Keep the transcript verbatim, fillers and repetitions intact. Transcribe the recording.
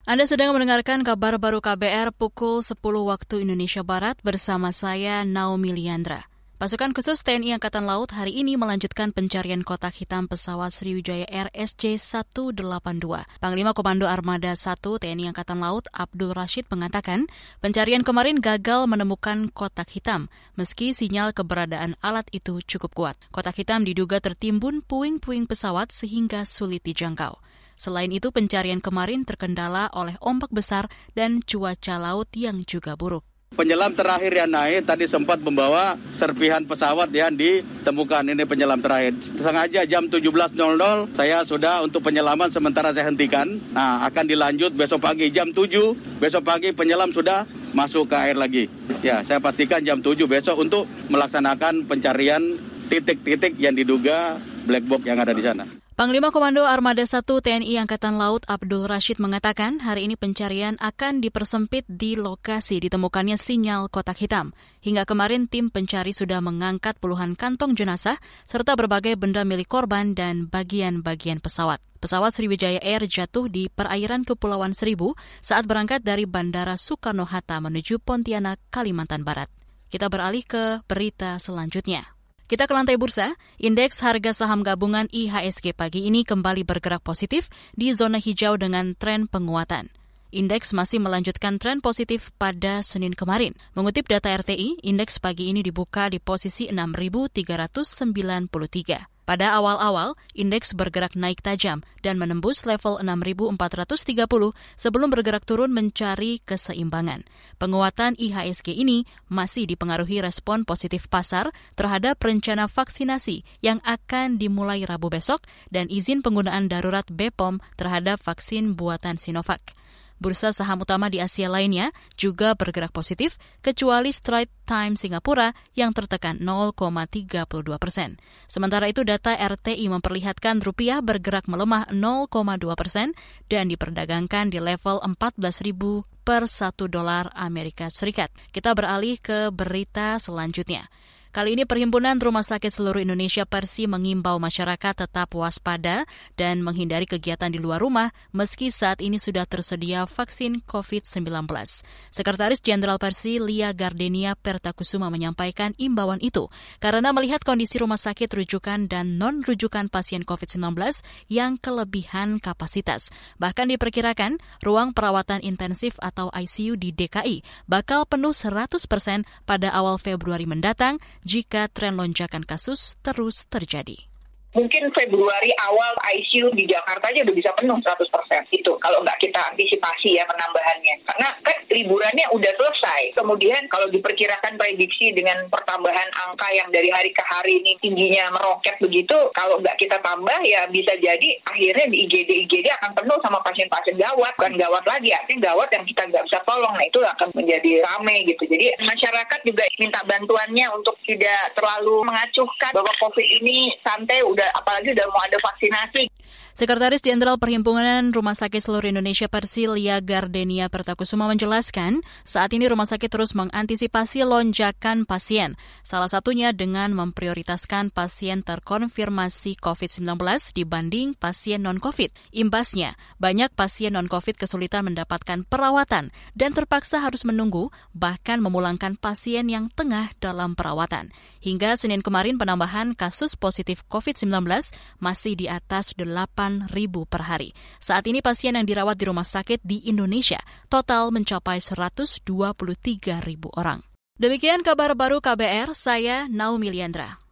Anda sedang mendengarkan kabar baru K B R pukul sepuluh waktu Indonesia Barat bersama saya, Naomi Liandra. Pasukan khusus T N I Angkatan Laut hari ini melanjutkan pencarian kotak hitam pesawat Sriwijaya Air S J seratus delapan puluh dua. Panglima Komando Armada satu T N I Angkatan Laut Abdul Rashid mengatakan, pencarian kemarin gagal menemukan kotak hitam, meski sinyal keberadaan alat itu cukup kuat. Kotak hitam diduga tertimbun puing-puing pesawat sehingga sulit dijangkau. Selain itu, pencarian kemarin terkendala oleh ombak besar dan cuaca laut yang juga buruk. Penyelam terakhir yang naik tadi sempat membawa serpihan pesawat yang ditemukan. Ini penyelam terakhir. Sengaja jam tujuh belas nol nol saya sudah untuk penyelaman sementara saya hentikan. Nah, akan dilanjut besok pagi jam tujuh. Besok pagi penyelam sudah masuk ke air lagi. Ya, saya pastikan jam tujuh besok untuk melaksanakan pencarian titik-titik yang diduga black box yang ada di sana. Panglima Komando Armada satu T N I Angkatan Laut Abdul Rashid mengatakan hari ini pencarian akan dipersempit di lokasi ditemukannya sinyal kotak hitam. Hingga kemarin tim pencari sudah mengangkat puluhan kantong jenazah serta berbagai benda milik korban dan bagian-bagian pesawat. Pesawat Sriwijaya Air jatuh di perairan Kepulauan Seribu saat berangkat dari Bandara Soekarno-Hatta menuju Pontianak, Kalimantan Barat. Kita beralih ke berita selanjutnya. Kita ke lantai bursa, indeks harga saham gabungan I H S G pagi ini kembali bergerak positif di zona hijau dengan tren penguatan. Indeks masih melanjutkan tren positif pada Senin kemarin. Mengutip data R T I, indeks pagi ini dibuka di posisi enam ribu tiga ratus sembilan puluh tiga. Pada awal-awal, indeks bergerak naik tajam dan menembus level enam ribu empat ratus tiga puluh sebelum bergerak turun mencari keseimbangan. Penguatan I H S G ini masih dipengaruhi respon positif pasar terhadap rencana vaksinasi yang akan dimulai Rabu besok dan izin penggunaan darurat B P O M terhadap vaksin buatan Sinovac. Bursa saham utama di Asia lainnya juga bergerak positif, kecuali Straits Times Singapura yang tertekan nol koma tiga dua persen. Sementara itu data R T I memperlihatkan rupiah bergerak melemah nol koma dua persen dan diperdagangkan di level empat belas ribu per satu dolar Amerika Serikat. Kita beralih ke berita selanjutnya. Kali ini Perhimpunan Rumah Sakit Seluruh Indonesia Persi mengimbau masyarakat tetap waspada dan menghindari kegiatan di luar rumah meski saat ini sudah tersedia vaksin covid sembilan belas. Sekretaris Jenderal Persi Lia Gardenia Pertakusuma menyampaikan imbauan itu karena melihat kondisi rumah sakit rujukan dan non-rujukan pasien covid sembilan belas yang kelebihan kapasitas. Bahkan diperkirakan ruang perawatan intensif atau I C U di D K I bakal penuh seratus persen pada awal Februari mendatang jika tren lonjakan kasus terus terjadi. Mungkin Februari awal I C U di Jakarta aja udah bisa penuh seratus persen. Itu kalau nggak kita antisipasi ya penambahannya. Karena kan liburannya udah selesai. Kemudian kalau diperkirakan prediksi dengan pertambahan angka yang dari hari ke hari ini tingginya meroket begitu, kalau nggak kita tambah ya bisa jadi akhirnya di I G D I G D akan penuh sama pasien-pasien gawat. Bukan gawat lagi, artinya gawat yang kita nggak bisa tolong. Nah itu akan menjadi ramai gitu. Jadi masyarakat juga minta bantuannya untuk tidak terlalu mengacuhkan bahwa COVID ini santai udah apalagi udah mau ada vaksinasi. Sekretaris Jenderal Perhimpunan Rumah Sakit Seluruh Indonesia Persi Lia Gardenia Pertakusuma menjelaskan, saat ini rumah sakit terus mengantisipasi lonjakan pasien, salah satunya dengan memprioritaskan pasien terkonfirmasi covid sembilan belas dibanding pasien non-COVID. Imbasnya, banyak pasien non-COVID kesulitan mendapatkan perawatan dan terpaksa harus menunggu, bahkan memulangkan pasien yang tengah dalam perawatan. Hingga Senin kemarin penambahan kasus positif covid sembilan belas masih di atas delapan ribu per hari. Saat ini pasien yang dirawat di rumah sakit di Indonesia total mencapai seratus dua puluh tiga ribu orang. Demikian kabar baru K B R, saya Naomi Liandra.